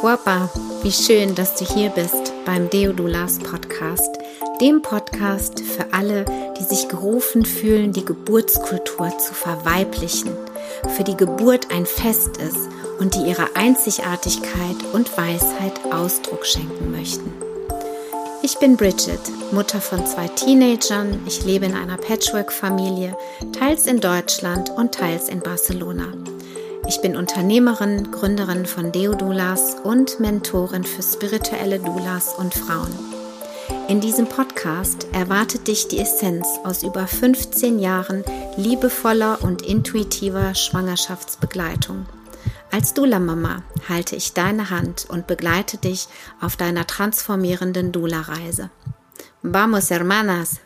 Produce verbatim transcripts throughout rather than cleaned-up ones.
Guapa, wie schön, dass du hier bist beim Deodulas Podcast, dem Podcast für alle, die sich gerufen fühlen, die Geburtskultur zu verweiblichen, für die Geburt ein Fest ist und die ihrer Einzigartigkeit und Weisheit Ausdruck schenken möchten. Ich bin Bridget, Mutter von zwei Teenagern. Ich lebe in einer Patchwork-Familie, teils in Deutschland und teils in Barcelona. Ich bin Unternehmerin, Gründerin von Deodulas und Mentorin für spirituelle Doulas und Frauen. In diesem Podcast erwartet dich die Essenz aus über fünfzehn Jahren liebevoller und intuitiver Schwangerschaftsbegleitung. Als Doula-Mama halte ich deine Hand und begleite dich auf deiner transformierenden Doula-Reise. Vamos, hermanas!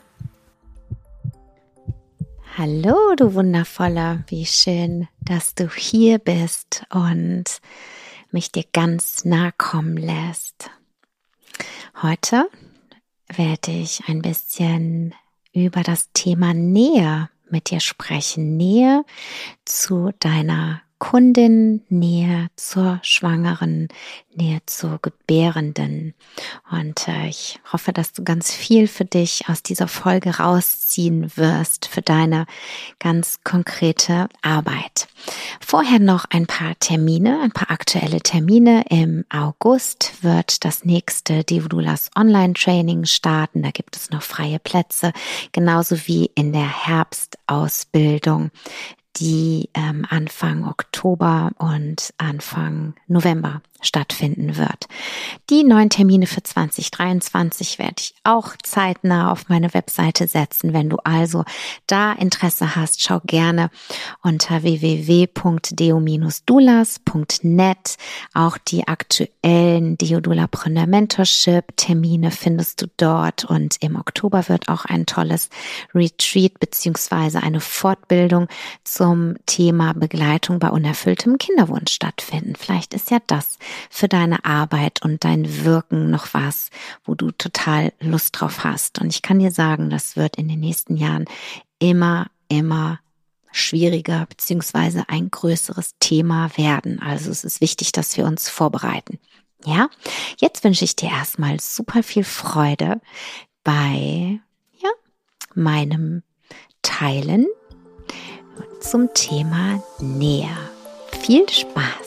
Hallo, du Wundervoller, wie schön, dass du hier bist und mich dir ganz nah kommen lässt. Heute werde ich ein bisschen über das Thema Nähe mit dir sprechen. Nähe zu deiner Kundin, Nähe zur Schwangeren, Nähe zur Gebärenden. Und äh, ich hoffe, dass du ganz viel für dich aus dieser Folge rausziehen wirst, für deine ganz konkrete Arbeit. Vorher noch ein paar Termine, ein paar aktuelle Termine. Im August wird das nächste Deodulas Online-Training starten. Da gibt es noch freie Plätze, genauso wie in der Herbstausbildung, die ähm, Anfang Oktober und Anfang November stattfinden wird. Die neuen Termine für zwanzig dreiundzwanzig werde ich auch zeitnah auf meine Webseite setzen. Wenn du also da Interesse hast, schau gerne unter w w w punkt deo dash doulas punkt net. Auch die aktuellen Deodulapreneur Mentorship Termine findest du dort, und im Oktober wird auch ein tolles Retreat beziehungsweise eine Fortbildung zum Thema Begleitung bei unerfülltem Kinderwunsch stattfinden. Vielleicht ist ja das für deine Arbeit und dein Wirken noch was, wo du total Lust drauf hast. Und ich kann dir sagen, das wird in den nächsten Jahren immer, immer schwieriger beziehungsweise ein größeres Thema werden. Also es ist wichtig, dass wir uns vorbereiten. Ja, jetzt wünsche ich dir erstmal super viel Freude bei ja, meinem Teilen zum Thema Nähe. Viel Spaß!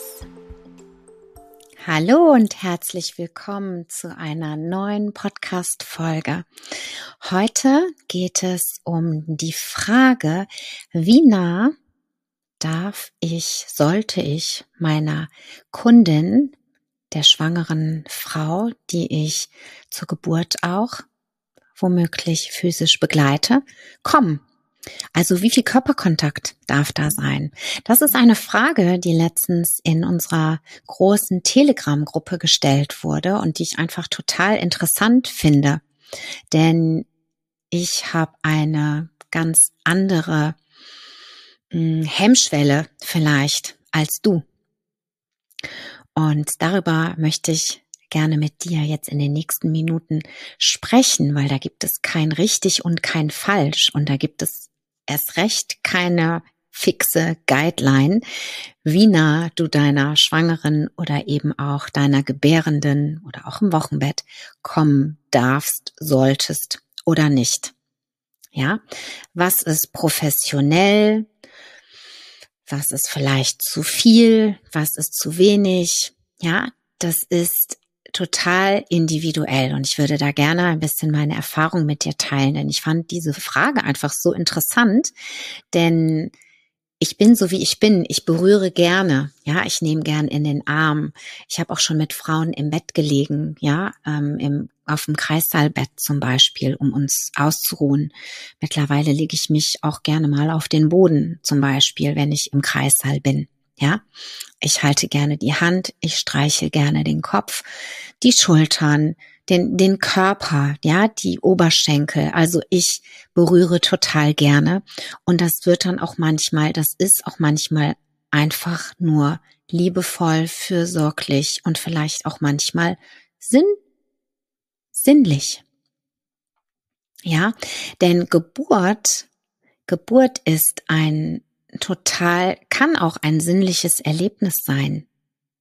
Hallo und herzlich willkommen zu einer neuen Podcast-Folge. Heute geht es um die Frage, wie nah darf ich, sollte ich meiner Kundin, der schwangeren Frau, die ich zur Geburt auch womöglich physisch begleite, kommen? Also wie viel Körperkontakt darf da sein? Das ist eine Frage, die letztens in unserer großen Telegram-Gruppe gestellt wurde und die ich einfach total interessant finde. Denn ich habe eine ganz andere mh, Hemmschwelle vielleicht als du. Und darüber möchte ich gerne mit dir jetzt in den nächsten Minuten sprechen, weil da gibt es kein richtig und kein falsch, und da gibt es erst recht keine fixe Guideline, wie nah du deiner Schwangeren oder eben auch deiner Gebärenden oder auch im Wochenbett kommen darfst, solltest oder nicht. Ja, was ist professionell? Was ist vielleicht zu viel? Was ist zu wenig? Ja, das ist total individuell, und ich würde da gerne ein bisschen meine Erfahrung mit dir teilen, denn ich fand diese Frage einfach so interessant, denn ich bin so, wie ich bin. Ich berühre gerne, ja, ich nehme gern in den Arm. Ich habe auch schon mit Frauen im Bett gelegen, ja, ähm, im, auf dem Kreissaalbett zum Beispiel, um uns auszuruhen. Mittlerweile lege ich mich auch gerne mal auf den Boden, zum Beispiel, wenn ich im Kreissaal bin. Ja, ich halte gerne die Hand, ich streiche gerne den Kopf, die Schultern, den, den Körper, ja, die Oberschenkel. Also ich berühre total gerne, und das wird dann auch manchmal, das ist auch manchmal einfach nur liebevoll, fürsorglich und vielleicht auch manchmal sinn, sinnlich. Ja, denn Geburt, Geburt ist ein total, kann auch ein sinnliches Erlebnis sein.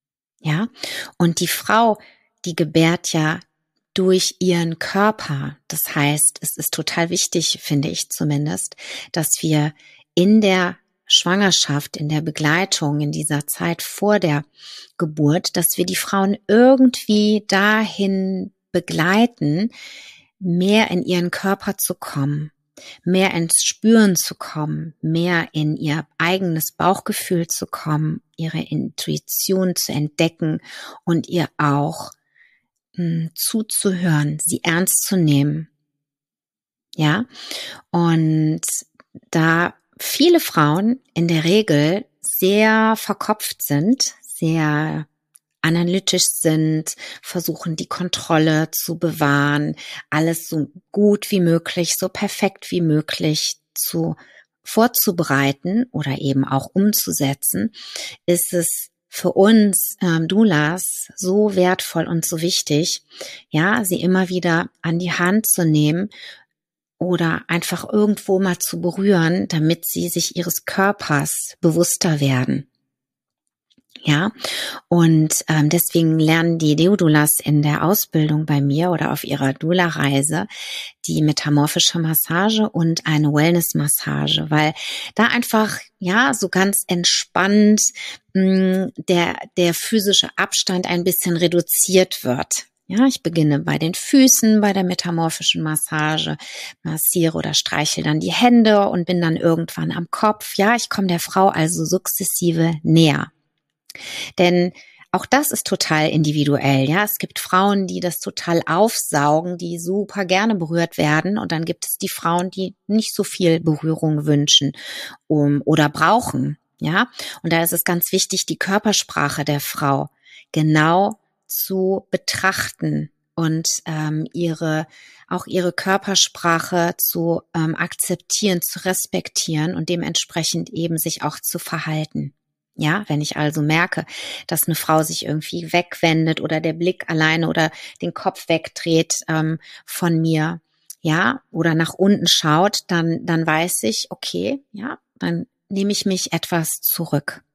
Ja, und die Frau, die gebärt ja durch ihren Körper. Das heißt, es ist total wichtig, finde ich zumindest, dass wir in der Schwangerschaft, in der Begleitung, in dieser Zeit vor der Geburt, dass wir die Frauen irgendwie dahin begleiten, mehr in ihren Körper zu kommen, mehr ins Spüren zu kommen, mehr in ihr eigenes Bauchgefühl zu kommen, ihre Intuition zu entdecken und ihr auch mh, zuzuhören, sie ernst zu nehmen. Ja, und da viele Frauen in der Regel sehr verkopft sind, sehr analytisch sind, versuchen die Kontrolle zu bewahren, alles so gut wie möglich, so perfekt wie möglich zu vorzubereiten oder eben auch umzusetzen, ist es für uns ähm, Doulas so wertvoll und so wichtig, ja, sie immer wieder an die Hand zu nehmen oder einfach irgendwo mal zu berühren, damit sie sich ihres Körpers bewusster werden. Ja, und ähm, deswegen lernen die Deodulas in der Ausbildung bei mir oder auf ihrer Doula-Reise die metamorphische Massage und eine Wellness-Massage, weil da einfach ja so ganz entspannt mh, der der physische Abstand ein bisschen reduziert wird. Ja, ich beginne bei den Füßen, bei der metamorphischen Massage, massiere oder streichel dann die Hände und bin dann irgendwann am Kopf. Ja, ich komme der Frau also sukzessive näher. Denn auch das ist total individuell, ja. Es gibt Frauen, die das total aufsaugen, die super gerne berührt werden. Und dann gibt es die Frauen, die nicht so viel Berührung wünschen um, oder brauchen, ja. Und da ist es ganz wichtig, die Körpersprache der Frau genau zu betrachten und ähm, ihre auch ihre Körpersprache zu ähm, akzeptieren, zu respektieren und dementsprechend eben sich auch zu verhalten. Ja, wenn ich also merke, dass eine Frau sich irgendwie wegwendet oder der Blick alleine oder den Kopf wegdreht ähm, von mir, ja, oder nach unten schaut, dann dann weiß ich, okay, ja, dann nehme ich mich etwas zurück.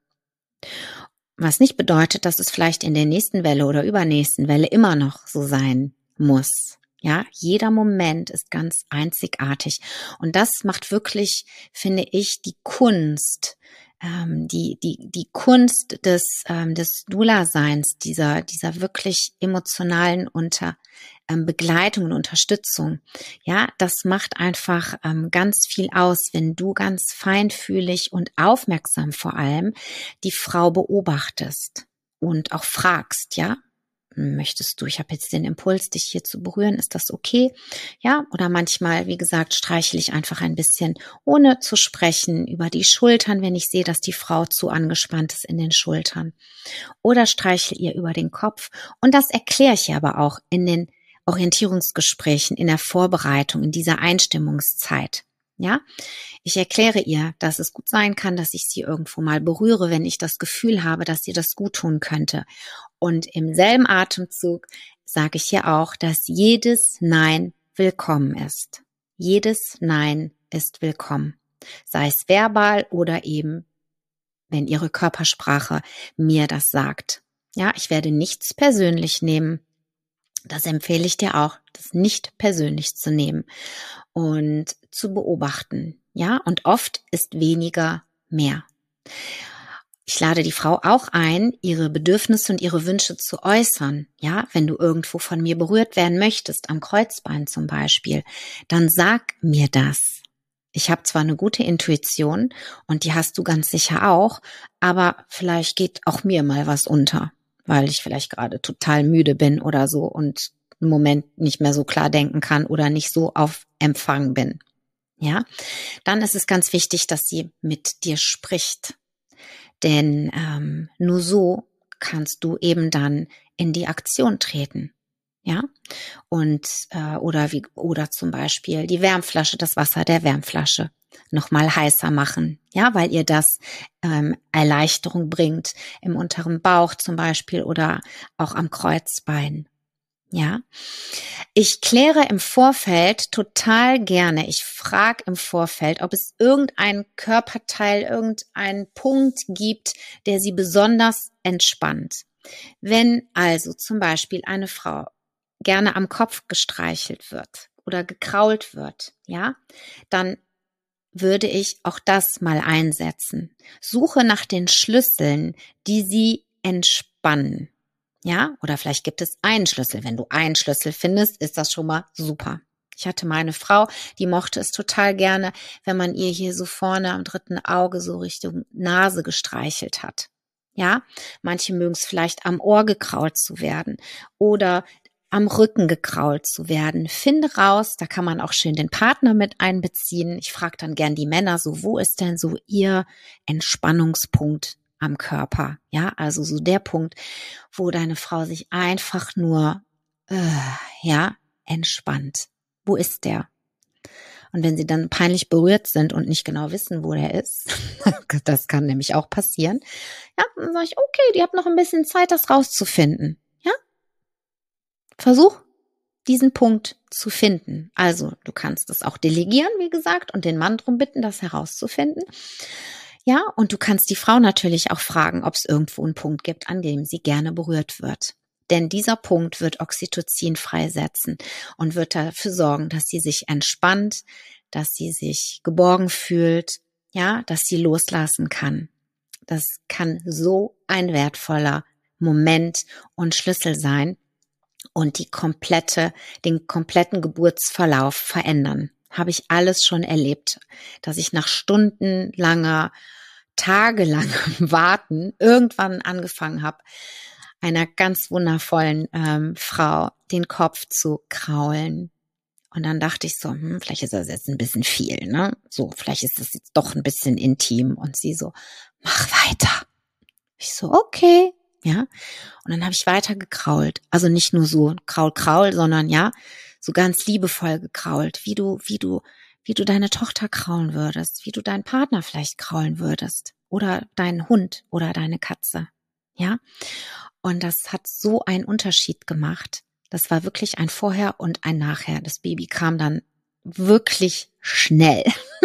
Was nicht bedeutet, dass es vielleicht in der nächsten Welle oder übernächsten Welle immer noch so sein muss. Ja, jeder Moment ist ganz einzigartig. Und das macht wirklich, finde ich, die Kunst, ähm, die, die, die Kunst des, ähm, des Doula-Seins, dieser, dieser wirklich emotionalen Unter, ähm, Begleitung und Unterstützung. Ja, das macht einfach ähm, ganz viel aus, wenn du ganz feinfühlig und aufmerksam vor allem die Frau beobachtest und auch fragst, ja, möchtest du, ich habe jetzt den Impuls, dich hier zu berühren, ist das okay? Ja, oder manchmal, wie gesagt, streichle ich einfach ein bisschen, ohne zu sprechen, über die Schultern, wenn ich sehe, dass die Frau zu angespannt ist in den Schultern. Oder streichle ihr über den Kopf. Und das erkläre ich ihr aber auch in den Orientierungsgesprächen, in der Vorbereitung, in dieser Einstimmungszeit. Ja, ich erkläre ihr, dass es gut sein kann, dass ich sie irgendwo mal berühre, wenn ich das Gefühl habe, dass ihr das gut tun könnte. Und im selben Atemzug sage ich ihr auch, dass jedes Nein willkommen ist. Jedes Nein ist willkommen. Sei es verbal oder eben, wenn ihre Körpersprache mir das sagt. Ja, ich werde nichts persönlich nehmen. Das empfehle ich dir auch, das nicht persönlich zu nehmen und zu beobachten. Ja, und oft ist weniger mehr. Ich lade die Frau auch ein, ihre Bedürfnisse und ihre Wünsche zu äußern. Ja, wenn du irgendwo von mir berührt werden möchtest, am Kreuzbein zum Beispiel, dann sag mir das. Ich habe zwar eine gute Intuition und die hast du ganz sicher auch, aber vielleicht geht auch mir mal was unter, weil ich vielleicht gerade total müde bin oder so und im Moment nicht mehr so klar denken kann oder nicht so auf Empfang bin. Ja, dann ist es ganz wichtig, dass sie mit dir spricht. Denn ähm, nur so kannst du eben dann in die Aktion treten. Ja, und äh, oder wie oder zum Beispiel die Wärmflasche, das Wasser der Wärmflasche noch mal heißer machen, ja, weil ihr das ähm, Erleichterung bringt im unteren Bauch zum Beispiel oder auch am Kreuzbein. Ja, ich kläre im Vorfeld total gerne. Ich frage im Vorfeld, ob es irgendein Körperteil, irgendeinen Punkt gibt, der sie besonders entspannt. Wenn also zum Beispiel eine Frau gerne am Kopf gestreichelt wird oder gekrault wird, ja, dann würde ich auch das mal einsetzen. Suche nach den Schlüsseln, die sie entspannen. Ja, oder vielleicht gibt es einen Schlüssel. Wenn du einen Schlüssel findest, ist das schon mal super. Ich hatte meine Frau, die mochte es total gerne, wenn man ihr hier so vorne am dritten Auge so Richtung Nase gestreichelt hat. Ja, manche mögen es vielleicht am Ohr gekrault zu werden oder am Rücken gekrault zu werden. Finde raus, da kann man auch schön den Partner mit einbeziehen. Ich frage dann gern die Männer so, wo ist denn so ihr Entspannungspunkt am Körper? Ja, also so der Punkt, wo deine Frau sich einfach nur, äh, ja, entspannt. Wo ist der? Und wenn sie dann peinlich berührt sind und nicht genau wissen, wo der ist, das kann nämlich auch passieren, ja, dann sage ich, okay, die hat noch ein bisschen Zeit, das rauszufinden. Ja? Versuch, diesen Punkt zu finden. Also, du kannst es auch delegieren, wie gesagt, und den Mann darum bitten, das herauszufinden. Ja, und du kannst die Frau natürlich auch fragen, ob es irgendwo einen Punkt gibt, an dem sie gerne berührt wird. Denn dieser Punkt wird Oxytocin freisetzen und wird dafür sorgen, dass sie sich entspannt, dass sie sich geborgen fühlt, ja, dass sie loslassen kann. Das kann so ein wertvoller Moment und Schlüssel sein und die komplette, den kompletten Geburtsverlauf verändern. Habe ich alles schon erlebt, dass ich nach stundenlanger, tagelangem Warten irgendwann angefangen habe, einer ganz wundervollen ähm, Frau den Kopf zu kraulen. Und dann dachte ich so, hm, vielleicht ist das jetzt ein bisschen viel, ne? So, vielleicht ist das jetzt doch ein bisschen intim. Und sie so, mach weiter. Ich so, okay, ja. Und dann habe ich weiter gekrault. Also nicht nur so kraul, kraul, sondern ja, so ganz liebevoll gekrault, wie du, wie du, wie du deine Tochter kraulen würdest, wie du deinen Partner vielleicht kraulen würdest oder deinen Hund oder deine Katze, ja. Und das hat so einen Unterschied gemacht. Das war wirklich ein Vorher und ein Nachher. Das Baby kam dann wirklich schnell.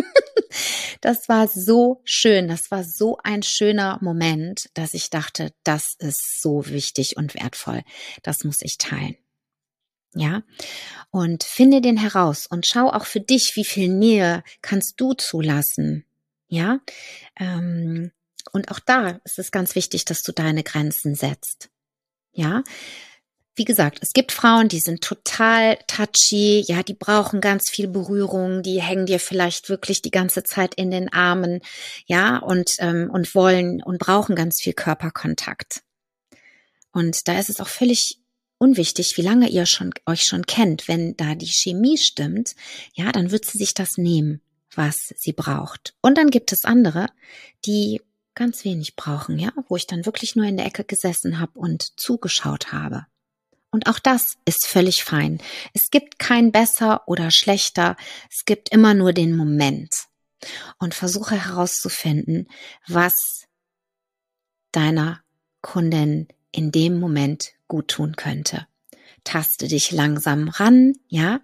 Das war so schön. Das war so ein schöner Moment, dass ich dachte, das ist so wichtig und wertvoll. Das muss ich teilen. Ja, und finde den heraus und schau auch für dich, wie viel Nähe kannst du zulassen. Ja, ähm, und auch da ist es ganz wichtig, dass du deine Grenzen setzt. Ja, wie gesagt, es gibt Frauen, die sind total touchy, ja, die brauchen ganz viel Berührung, die hängen dir vielleicht wirklich die ganze Zeit in den Armen, ja, und ähm, und wollen und brauchen ganz viel Körperkontakt. Und da ist es auch völlig unwichtig, wie lange ihr schon euch schon kennt. Wenn da die Chemie stimmt, ja, dann wird sie sich das nehmen, was sie braucht. Und dann gibt es andere, die ganz wenig brauchen, ja, wo ich dann wirklich nur in der Ecke gesessen habe und zugeschaut habe. Und auch das ist völlig fein. Es gibt kein besser oder schlechter, es gibt immer nur den Moment. Und versuche herauszufinden, was deiner Kundin in dem Moment gut tun könnte. Taste dich langsam ran, ja,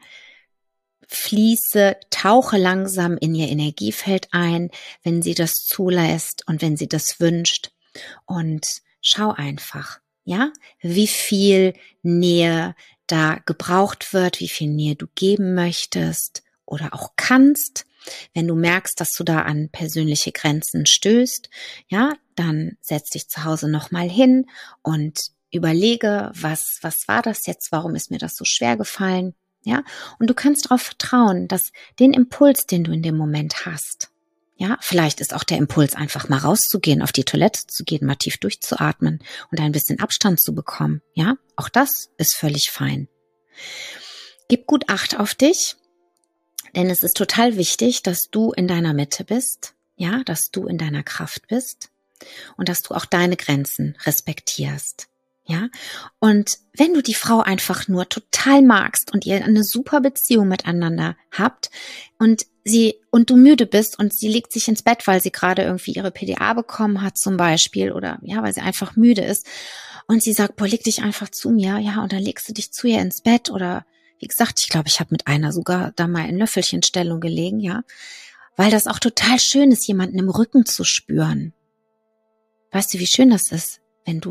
fließe, tauche langsam in ihr Energiefeld ein, wenn sie das zulässt und wenn sie das wünscht, und schau einfach, ja, wie viel Nähe da gebraucht wird, wie viel Nähe du geben möchtest oder auch kannst. Wenn du merkst, dass du da an persönliche Grenzen stößt, ja, dann setz dich zu Hause nochmal hin und überlege, was, was war das jetzt? Warum ist mir das so schwer gefallen? Ja, und du kannst darauf vertrauen, dass den Impuls, den du in dem Moment hast, ja, vielleicht ist auch der Impuls, einfach mal rauszugehen, auf die Toilette zu gehen, mal tief durchzuatmen und ein bisschen Abstand zu bekommen. Ja, auch das ist völlig fein. Gib gut Acht auf dich, denn es ist total wichtig, dass du in deiner Mitte bist, ja, dass du in deiner Kraft bist und dass du auch deine Grenzen respektierst. Ja, und wenn du die Frau einfach nur total magst und ihr eine super Beziehung miteinander habt und sie und du müde bist und sie legt sich ins Bett, weil sie gerade irgendwie ihre P D A bekommen hat zum Beispiel oder ja, weil sie einfach müde ist und sie sagt, boah, leg dich einfach zu mir, ja, und dann legst du dich zu ihr ins Bett oder wie gesagt, ich glaube, ich habe mit einer sogar da mal in Löffelchenstellung gelegen, ja, weil das auch total schön ist, jemanden im Rücken zu spüren. Weißt du, wie schön das ist, wenn du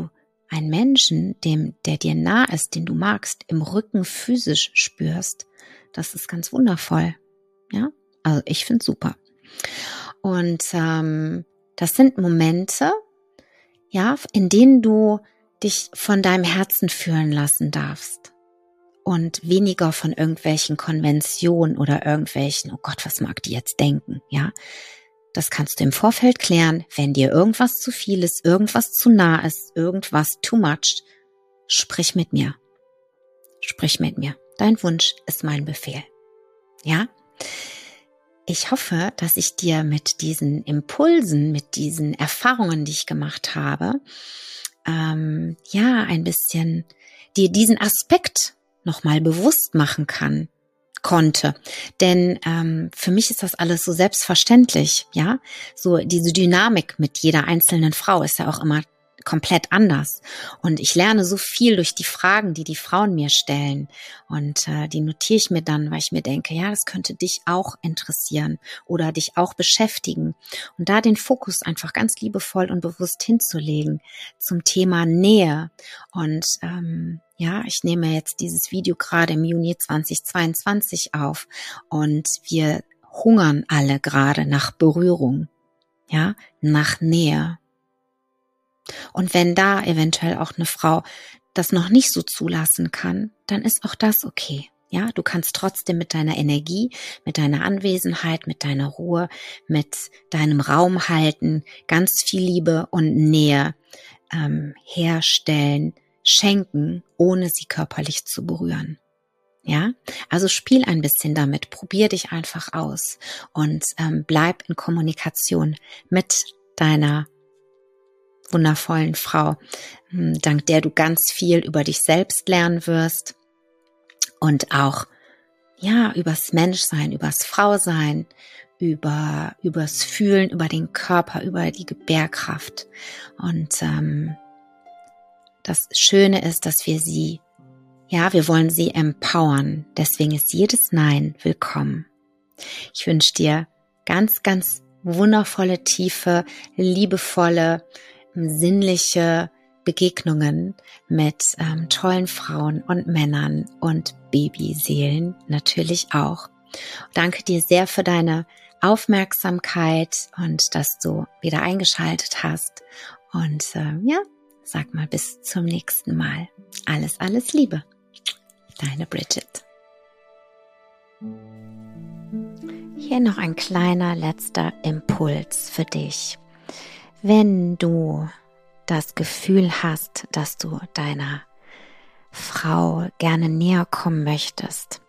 einen Menschen, dem, der dir nah ist, den du magst, im Rücken physisch spürst, das ist ganz wundervoll. Ja, also ich find's super. Und ähm, das sind Momente, ja, in denen du dich von deinem Herzen führen lassen darfst und weniger von irgendwelchen Konventionen oder irgendwelchen, oh Gott, was mag die jetzt denken, ja? Das kannst du im Vorfeld klären. Wenn dir irgendwas zu viel ist, irgendwas zu nah ist, irgendwas too much, sprich mit mir. Sprich mit mir. Dein Wunsch ist mein Befehl. Ja? Ich hoffe, dass ich dir mit diesen Impulsen, mit diesen Erfahrungen, die ich gemacht habe, ähm, ja, ein bisschen dir diesen Aspekt nochmal bewusst machen kann, konnte. Denn ähm, für mich ist das alles so selbstverständlich, ja. So diese Dynamik mit jeder einzelnen Frau ist ja auch immer komplett anders. Und ich lerne so viel durch die Fragen, die die Frauen mir stellen. Und äh, die notiere ich mir dann, weil ich mir denke, ja, das könnte dich auch interessieren oder dich auch beschäftigen. Und da den Fokus einfach ganz liebevoll und bewusst hinzulegen zum Thema Nähe. Und ähm, ja, ich nehme jetzt dieses Video gerade im Juni zweitausendzweiundzwanzig auf und wir hungern alle gerade nach Berührung, ja, nach Nähe. Und wenn da eventuell auch eine Frau das noch nicht so zulassen kann, dann ist auch das okay. Ja, du kannst trotzdem mit deiner Energie, mit deiner Anwesenheit, mit deiner Ruhe, mit deinem Raum halten, ganz viel Liebe und Nähe ähm, herstellen, schenken, ohne sie körperlich zu berühren. Ja, also spiel ein bisschen damit, probier dich einfach aus und ähm, bleib in Kommunikation mit deiner wundervollen Frau, dank der du ganz viel über dich selbst lernen wirst und auch ja übers Menschsein, übers Frausein, über übers Fühlen, über den Körper, über die Gebärkraft. Und ähm, das Schöne ist, dass wir sie, ja, wir wollen sie empowern. Deswegen ist jedes Nein willkommen. Ich wünsche dir ganz, ganz wundervolle, tiefe, liebevolle, sinnliche Begegnungen mit ähm, tollen Frauen und Männern und Babyseelen natürlich auch. Danke dir sehr für deine Aufmerksamkeit und dass du wieder eingeschaltet hast. Und äh, ja, sag mal bis zum nächsten Mal. Alles, alles Liebe. Deine Bridget. Hier noch ein kleiner letzter Impuls für dich. Wenn du das Gefühl hast, dass du deiner Frau gerne näher kommen möchtest,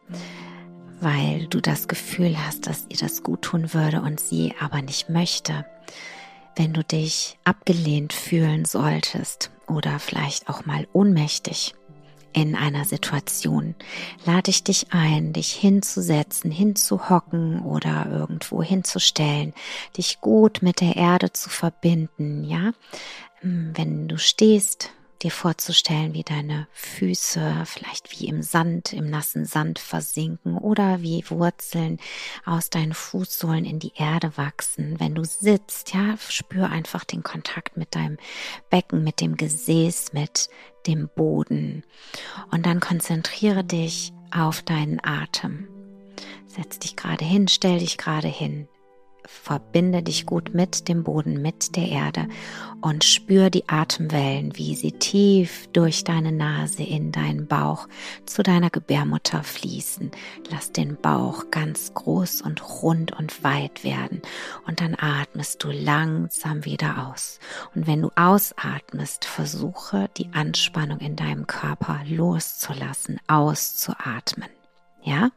weil du das Gefühl hast, dass ihr das gut tun würde und sie aber nicht möchte, wenn du dich abgelehnt fühlen solltest oder vielleicht auch mal ohnmächtig in einer Situation, lade ich dich ein, dich hinzusetzen, hinzuhocken oder irgendwo hinzustellen, dich gut mit der Erde zu verbinden, ja. Wenn du stehst, dir vorzustellen, wie deine Füße vielleicht wie im Sand, im nassen Sand versinken oder wie Wurzeln aus deinen Fußsohlen in die Erde wachsen. Wenn du sitzt, ja, spür einfach den Kontakt mit deinem Becken, mit dem Gesäß, mit dem Boden. Und dann konzentriere dich auf deinen Atem. Setz dich gerade hin, stell dich gerade hin. Verbinde dich gut mit dem Boden, mit der Erde und spür die Atemwellen, wie sie tief durch deine Nase in deinen Bauch zu deiner Gebärmutter fließen. Lass den Bauch ganz groß und rund und weit werden und dann atmest du langsam wieder aus. Und wenn du ausatmest, versuche die Anspannung in deinem Körper loszulassen, auszuatmen. Ja?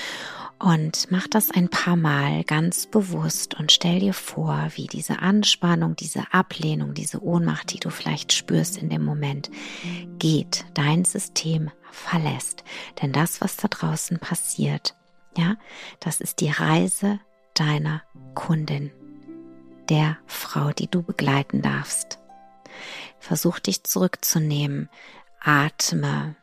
Und mach das ein paar Mal ganz bewusst und stell dir vor, wie diese Anspannung, diese Ablehnung, diese Ohnmacht, die du vielleicht spürst in dem Moment, geht, dein System verlässt. Denn das, was da draußen passiert, ja, das ist die Reise deiner Kundin, der Frau, die du begleiten darfst. Versuch dich zurückzunehmen. Atme,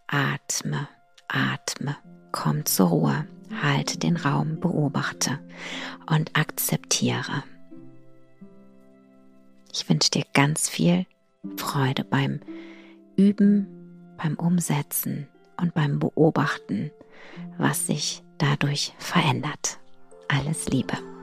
atme, atme. Komm zur Ruhe. Halte den Raum, beobachte und akzeptiere. Ich wünsche dir ganz viel Freude beim Üben, beim Umsetzen und beim Beobachten, was sich dadurch verändert. Alles Liebe.